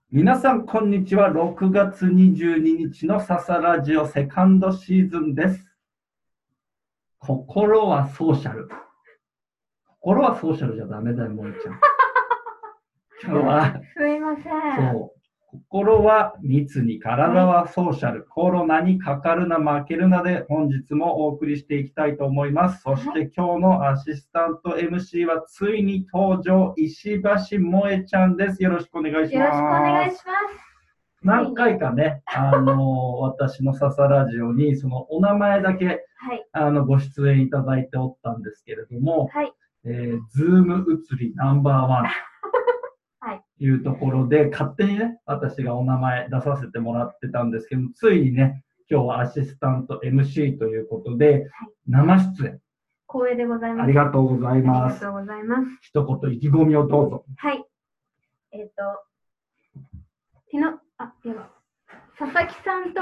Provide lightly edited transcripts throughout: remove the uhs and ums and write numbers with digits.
皆さん、こんにちは。6月22日のササラジオセカンドシーズンです。心はソーシャル。心はソーシャルじゃダメだよ、萌ちゃん。今日は、 すいません。 そう。心は密に、体はソーシャル。コロナにかかるな、負けるなで、本日もお送りしていきたいと思います。そして今日のアシスタント MC はついに登場、石橋萌ちゃんです。よろしくお願いします。 よろしくお願いします。 何回かね、私のササラジオに、そのお名前だけ、ご出演いただいておったんですけれども、ズーム映りナンバーワンというところで、勝手にね、私がお名前出させてもらってたんですけども、ついにね、今日はアシスタント MC ということで、生出演。 光栄でございます。 ありがとうございます。 ありがとうございます。 一言意気込みをどうぞ。 はい。佐々木さんと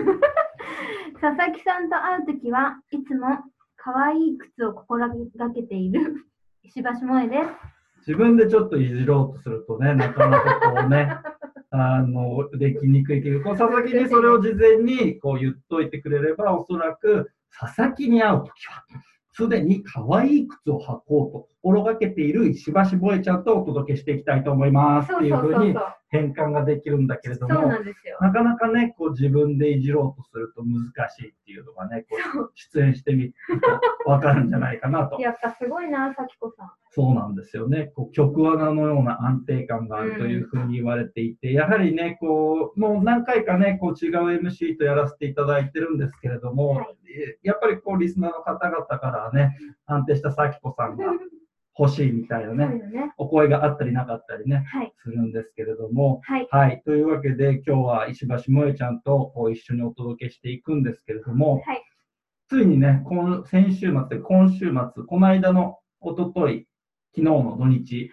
会うときはいつも可愛い靴を心がけている石橋萌です。 自分でちょっといじろうとするとね、なかなかこうね、できにくいけど、佐々木にそれを事前にこう言っといてくれれば、おそらく佐々木に会うときは、すでに可愛い靴を履こうと心がけている石橋萌ちゃんとお届けしていきたいと思いますっていうふうに変換ができるんだけれども、なかなかね、こう自分でいじろうとすると難しいっていうのがね、こう出演してみると分かるんじゃないかなと。 やっぱすごいな、咲子さん。 そうなんですよね。こう曲穴のような安定感があるというふうに言われていて、やはりね、こう、もう何回かね、こう違う MC とやらせていただいてるんですけれども、やっぱりこうリスナーの方々からね、安定した咲子さんが欲しいみたいなね、お声があったりなかったりね、するんですけれども、というわけで今日は石橋萌ちゃんとこう一緒にお届けしていくんですけれども、ついにね、先週末で今週末、この間の一昨日昨日の土日、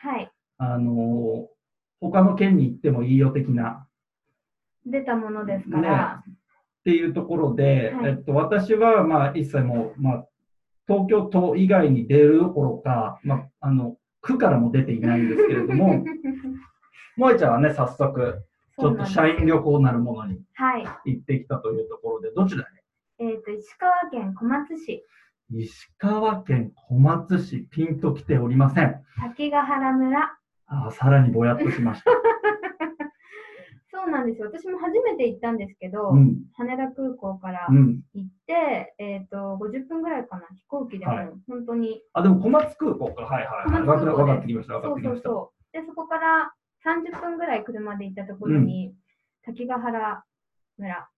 他の県に行ってもいいよ的な出たものですから、 っていうところで、私はまあ一切もう、東京都以外に出るどころか、区からも出ていないんですけれども、萌ちゃんはね、早速、ちょっと社員旅行なるものに行ってきたというところで、どちらへ？石川県小松市。 石川県小松市、ピンときておりません。 滝ヶ原村。 さらにぼやっとしました。 そうなんですよ。私も初めて行ったんですけど、羽田空港から行って、50分ぐらいかな、飛行機でも本当に。 でも小松空港か。分かってきました。 で、そこから30分ぐらい車で行ったところに、滝ヶ原村。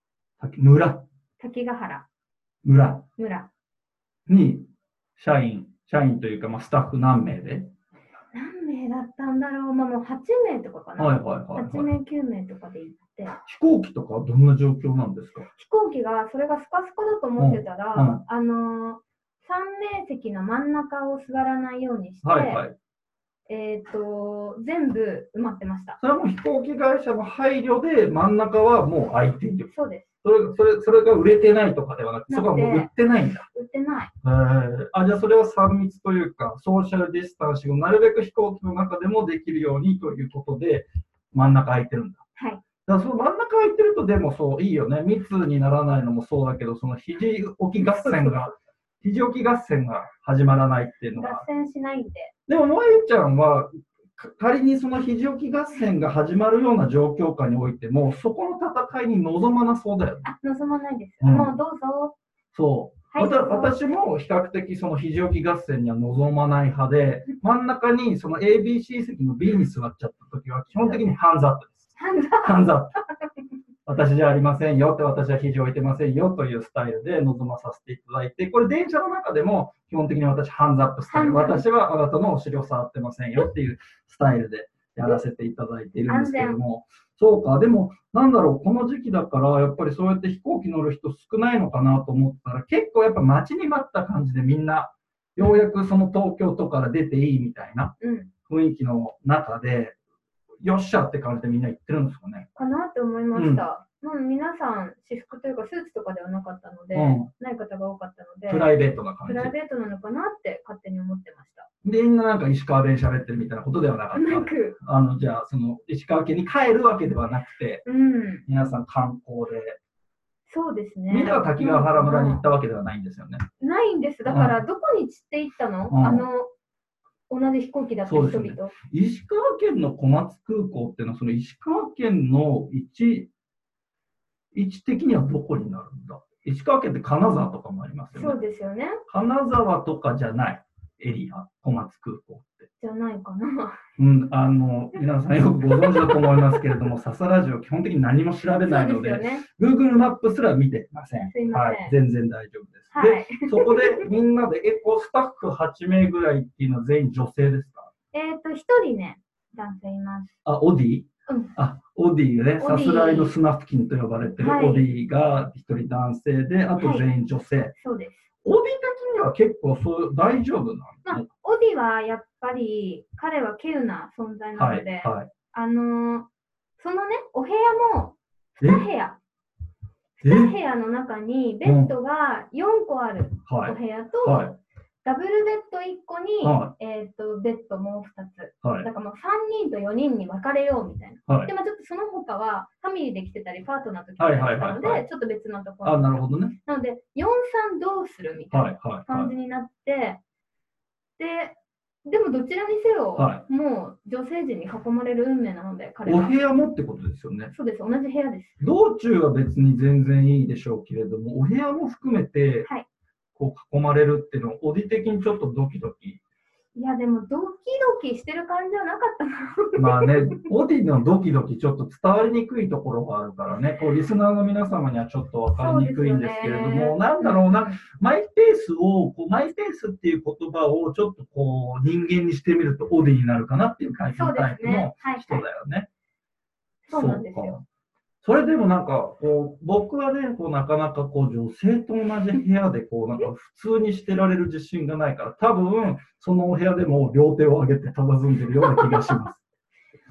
滝ヶ原村に社員というか、スタッフ何名で何名だったんだろう、もう8名とかかな。8名、9名とかで行って。 飛行機とかどんな状況なんですか？ 飛行機が、それがスカスカだと思ってたら、3名席の真ん中を座らないようにして、全部埋まってました。 それはもう飛行機会社の配慮で真ん中はもう空いている。 そうです。 それが売れてないとかではなくて、そこはもう売ってないんだ。 売ってない。 じゃあそれは3密というか、ソーシャルディスタンスをなるべく飛行機の中でもできるようにということで、真ん中空いてるんだ。 はい。 だからその真ん中空いてると、でもそういいよね。密にならないのもそうだけど、その肘置き合戦が始まらないっていうのは。 合戦しないんで。 でも、萌ちゃんは、仮にその肘置き合戦が始まるような状況下においても、そこの戦いに臨まなそうだよね。 望まないです。もうどうぞ。 そう。私も比較的その肘置き合戦には望まない派で、真ん中にその ABC 席の B に座っちゃった時は、基本的にハンズアップです。ハンズアップ。私じゃありませんよって、私は肘置いてませんよというスタイルで臨まさせていただいて、これ電車の中でも基本的に私ハンズアップスタイル、私はあなたのお尻を触ってませんよっていうスタイルでやらせていただいているんですけども、そうか、でもなんだろう、この時期だからやっぱりそうやって飛行機乗る人少ないのかなと思ったら、結構やっぱ待ちに待った感じでみんなようやくその東京都から出ていいみたいな雰囲気の中で、よっしゃって感じでみんな言ってるんですかね。 かなって思いました。 皆さん私服というかスーツとかではなかったので、ない方が多かったので、 プライベートな感じ。 プライベートなのかなって勝手に思ってました。 で、みんななんか石川弁喋ってるみたいなことではなかった。じゃあ、その石川県に帰るわけではなくて、皆さん観光で。 そうですね。 みんなが滝ヶ原村に行ったわけではないんですよね。 ないんです。だから、どこに散っていったの？同じ飛行機だった人々。 石川県の小松空港っていうのは、その石川県の位置的にはどこになるんだ？石川県って金沢とかもありますよね。 そうですよね。 金沢とかじゃないエリア、小松空港って。 じゃないかな。 皆さんよくご存知だと思いますけれども、ササラジオ基本的に何も調べないので、Google マップすら見てません。はい、全然大丈夫です。で、そこでみんなで、スタッフ8名ぐらいっていうのは全員女性ですか ？1人ね、男性います。 オディ？オディね、さすらいのスナフキンと呼ばれてるオディが1人男性で、あと全員女性。 そうです。 オディ的には結構大丈夫なんですね。 オディはやっぱり彼は稀有な存在なので、そのね、お部屋も2部屋。2部屋の中にベッドが4個あるお部屋と、ダブルベッド1個に、ベッドもう2つ。だからもう3人と4人に分かれようみたいな。でもちょっとその他はファミリーで来てたり、パートナーと来てたりしたので、ちょっと別のところ。 なるほどね。 なので、4、3どうするみたいな感じになって、でもどちらにせよ、もう女性陣に囲まれる運命なので、 お部屋もってことですよね。 そうです、同じ部屋です。 道中は別に全然いいでしょうけれども、お部屋も含めて、こう囲まれるっていうのは、オディ的にちょっとドキドキ。 いや、でもドキドキしてる感じはなかったな。 まあね、オディのドキドキちょっと伝わりにくいところがあるからね、リスナーの皆様にはちょっと分かりにくいんですけれども、なんだろうな、マイペースっていう言葉をちょっと人間にしてみるとオディになるかなっていうタイプの人だよね。 そうなんですよ。 それでもなんか僕はねなかなか女性と同じ部屋でなんか普通にしてられる自信がないから、多分そのお部屋でも両手を上げて佇んでるような気がします。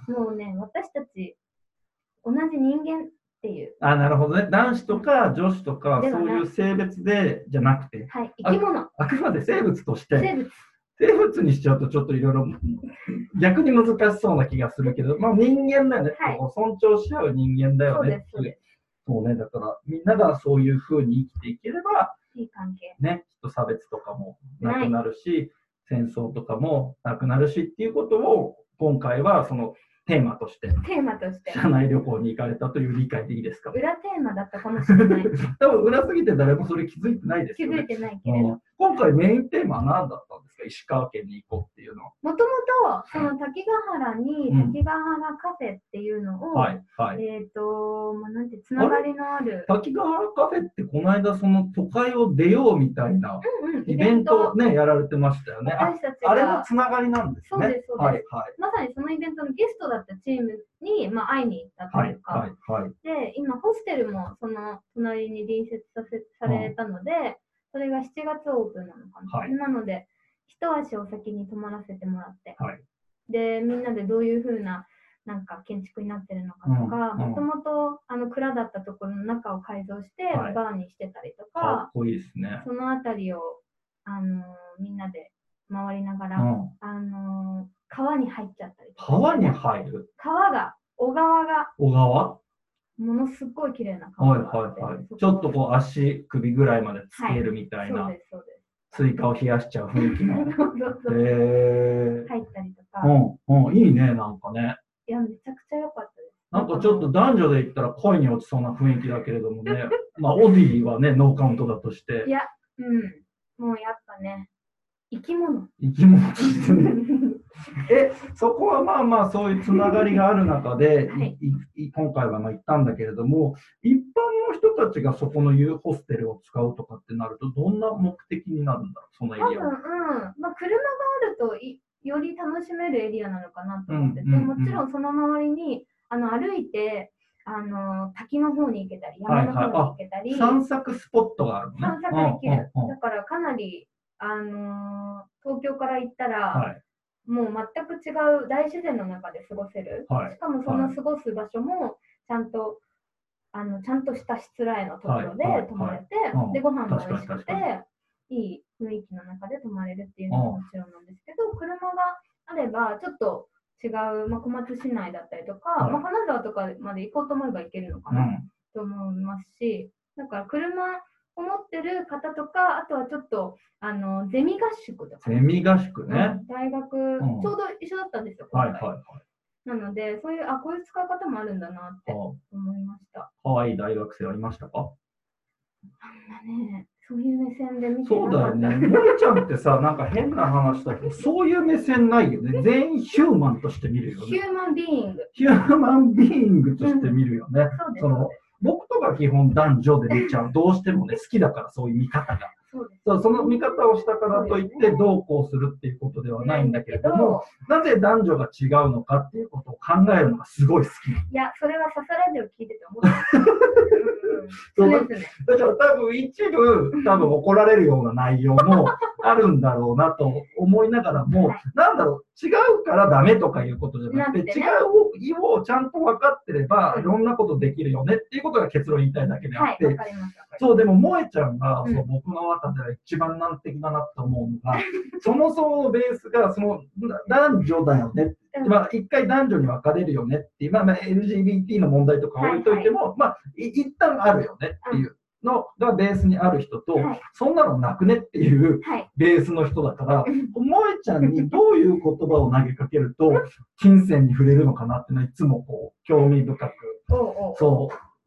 もうね、私たち同じ人間っていう。 なるほどね。男子とか女子とかそういう性別でじゃなくて、 生き物。 あくまで生物として。生物にしちゃうとちょっといろいろ逆に難しそうな気がするけど、まあ人間だよね。尊重し合う人間だよね。そうね。だからみんながそういうふうに生きていければ、 いい関係。 ね、きっと差別とかもなくなるし、戦争とかもなくなるしっていうことを今回はそのテーマとして社内旅行に行かれたという理解でいいですか？ 裏テーマだったかもしれない。 多分裏すぎて誰もそれ気づいてないですよね。 気づいてないけれど。 今回メインテーマは何だったんですか？石川県に行こうっていうのは。 もともとその滝ヶ原に滝ヶ原カフェっていうのを、なんてつながりのある。 滝ヶ原カフェってこの間その都会を出ようみたいなイベントねやられてましたよね。あれもつながりなんですね。 そうです。まさにそのイベントのゲストだったチームに会いに行ったというか、で今ホステルもその隣に隣接されたので、それが7月オープンなのかな。なので一足お先に泊まらせてもらって、でみんなでどういう風ななんか建築になってるのかとか、もともと蔵だったところの中を改造してバーにしてたりとか、 かっこいいですね。 そのあたりをみんなで回りながら、川に入っちゃったりとか、 川に入る？ 小川がものすごい綺麗な川があって、 ちょっと足首ぐらいまでつけるみたいな、スイカを冷やしちゃう雰囲気の入ったりとか、 いいね、なんかね。 いや、めちゃくちゃ良かったです。 なんかちょっと男女で言ったら恋に落ちそうな雰囲気だけれどもね、まあオディはねノーカウントだとして、 いや、もうやっぱね、生き物としてね。そこはまあまあそういうつながりがある中で、今回は行ったんだけれども、一般の人たちがそこのユーホステルを使うとかってなると、どんな目的になるんだろう、そのエリアは。 多分、車があるとより楽しめるエリアなのかなと思ってて、もちろんその周りに歩いて滝の方に行けたり、山の方に行けたり、 散策スポットがあるね。 散策できる。だからかなり東京から行ったら、もう全く違う大自然の中で過ごせる。しかもその過ごす場所もちゃんとちゃんとしたしつらえのところで泊まれて、で、ご飯も美味しくて、いい雰囲気の中で泊まれるっていうのももちろんなんですけど、車があれば、ちょっと違う、小松市内だったりとか、金沢とかまで行こうと思えば行けるのかなと思いますし、だから車を持ってる方とか、あとはちょっと、ゼミ合宿とか。 ゼミ合宿ね。 大学、ちょうど一緒だったんですよ、今回。なので、こういう使い方もあるんだなって思いました。 可愛い大学生はいましたか？ そういう目線で見てそうだよね。萌ちゃんってさ、なんか変な話だけど、そういう目線ないよね。全員ヒューマンとして見るよね。 ヒューマンビーイング。 ヒューマンビーイングとして見るよね。僕とか基本男女で見ちゃう。どうしてもね、好きだからそういう見方が。その見方をしたからといってどうこうするっていうことではないんだけれども、なぜ男女が違うのかっていうことを考えるのがすごい好き。 いや、それはササラジオ聞いてて思った。 だから多分一部怒られるような内容もあるんだろうなと思いながらも、なんだろう、違うからダメとかいうことじゃなくて、違うをちゃんと分かってればいろんなことできるよねっていうことが結論言いたいだけであって、そう、でも萌ちゃんが僕の中では一番難敵だなと思うのが、そもそものベースがその男女だよね。一回男女に分かれるよねっていう、LGBT の問題とか置いといても、一旦あるよねっていうのがベースにある人と、そんなのなくねっていうベースの人だから、萌ちゃんにどういう言葉を投げかけると、金銭に触れるのかなっていうのはいつもこう、興味深く。そう。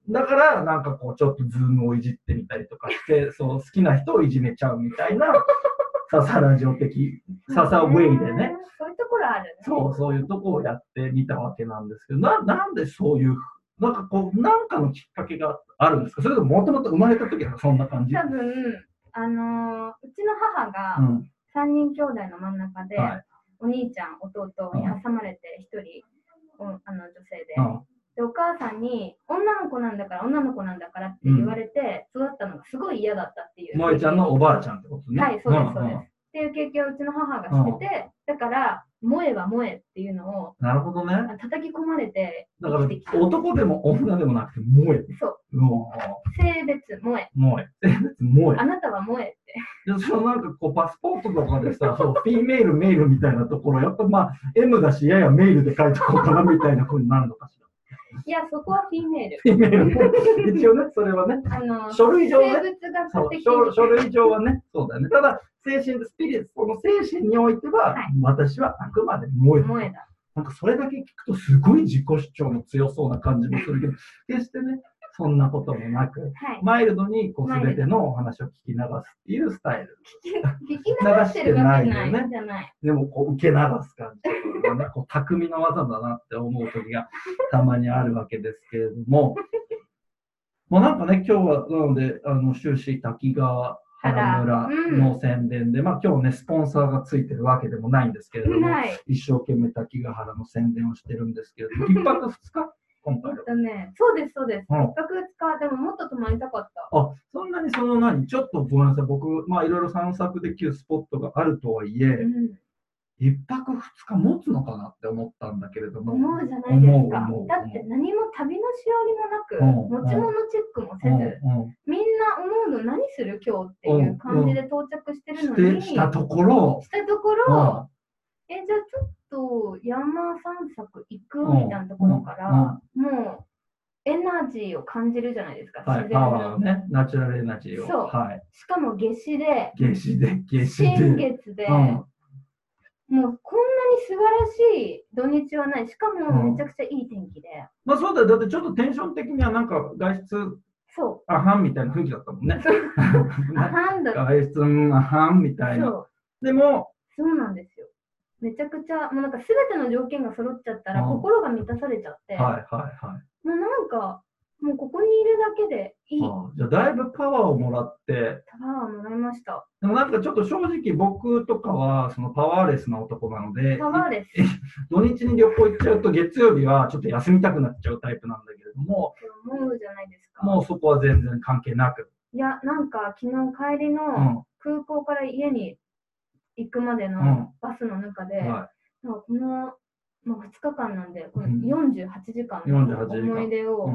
だから、なんかこう、ちょっとズームをいじってみたりとかして、好きな人をいじめちゃうみたいな、ササラジオ的、ササウェイでね。 そういうところあるね。 そういうところをやってみたわけなんですけど、なんでそういう、なんかのきっかけがあるんですか？それとももともと生まれた時はそんな感じ？ 多分、うちの母が3人兄弟の真ん中で、お兄ちゃん、弟に挟まれて1人、女性で。で、お母さんに女の子なんだからって言われて育ったのがすごい嫌だったっていう。 萌ちゃんのおばあちゃんってことね。 はい、そうです、そうです。っていう経験をうちの母がしてて、だから、萌えは萌えっていうのを、 なるほどね。 叩き込まれて、 だから男でも女でもなくて萌え。 そう。性別萌え。 性別萌え。 あなたは萌えって。 なんかこうパスポートとかでさ、フィメール、メールみたいなところ、やっぱM だし、ややメールで書いとこうかなみたいな風になるのかしら。 いや、そこはフィメール。 フィメール。一応ね、それはね。書類上ね。書類上はね、そうだよね。ただ、精神、スピリッツ、この精神においては、私はあくまで萌えだ。なんかそれだけ聞くと、すごい自己主張の強そうな感じもするけど、決してね、そんなこともなく、マイルドにこう全てのお話を聞き流すっていうスタイル。 聞き流してるわけないよね。 でもこう受け流す感じとかね、匠の技だなって思う時がたまにあるわけですけれども、なんかね、今日はなので、終始滝川原村の宣伝で、今日ね、スポンサーがついてるわけでもないんですけれども、一生懸命滝川原の宣伝をしてるんですけれども、1泊2日今回は。 そうです、そうです。1泊2日、でももっと泊まりたかった。 そんなにちょっとごめんなさい、僕、いろいろ散策できるスポットがあるとはいえ、1泊2日持つのかなって思ったんだけれども。 思うじゃないですか。だって何も旅のしおりもなく、持ち物チェックもせず、みんな思うの何する今日っていう感じで到着してるのに、 したところ、 じゃあちょっと山散策行くみたいなところから、もうエナジーを感じるじゃないですか。 パワーね、ナチュラルエナジーを。 そう。しかも夏至で、 新月で、もうこんなに素晴らしい土日はない。しかもめちゃくちゃいい天気で。 そうだよ。だってちょっとテンション的にはなんか外出、あはんみたいな雰囲気だったもんね。 あはんだった。 外出、あはんみたいな。でも、 そうなんですよ。めちゃくちゃ、もうなんか全ての条件が揃っちゃったら心が満たされちゃって。もうなんか、もうここにいるだけでいい。 じゃあだいぶパワーをもらって。 パワーもらいました。 でもなんかちょっと正直僕とかはそのパワーレスな男なので、 パワーレス。 土日に旅行行っちゃうと月曜日はちょっと休みたくなっちゃうタイプなんだけれども、 思うじゃないですか。 もうそこは全然関係なく。 いや、なんか昨日帰りの空港から家に行くまでのバスの中で、この2日間なんで、この48時間の思い出を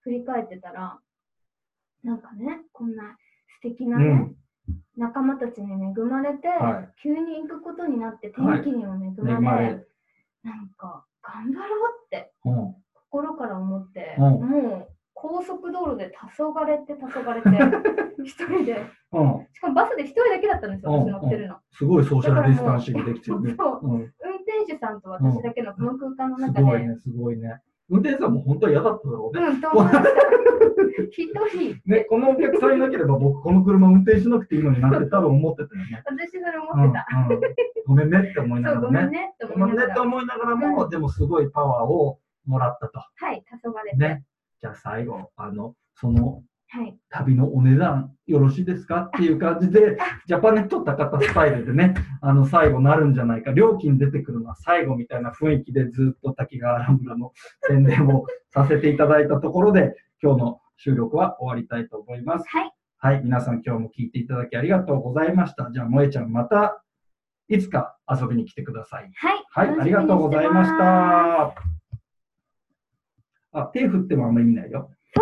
振り返ってたら、なんかね、こんな素敵なね、仲間たちに恵まれて、急に行くことになって天気にも恵まれ、なんか頑張ろうって心から思って、もう高速道路で黄昏って一人で、しかもバスで一人だけだったんですよ、私乗ってるの。 すごいソーシャルディスタンシングできてるね。 運転手さんと私だけのこの空間の中で。 すごいね、すごいね。運転手さんも本当は嫌だっただろうね。 と思いました。一人。 ね、このお客さんいなければ僕この車運転しなくていいのになって多分思ってたよね。 私それ思ってた。 ごめんねって思いながらね。 ごめんねって思いながらも、でもすごいパワーをもらったと。 はい、黄昏て。 ね。じゃあ最後、その旅のお値段よろしいですかっていう感じで、ジャパネット高田スタイルでね、最後なるんじゃないか。料金出てくるのは最後みたいな雰囲気でずっと滝川原村の宣伝をさせていただいたところで、今日の収録は終わりたいと思います。はい、皆さん今日も聞いていただきありがとうございました。じゃあ、萌ちゃんまたいつか遊びに来てください。はい、ありがとうございました。手振ってもあんまり意味ないよ。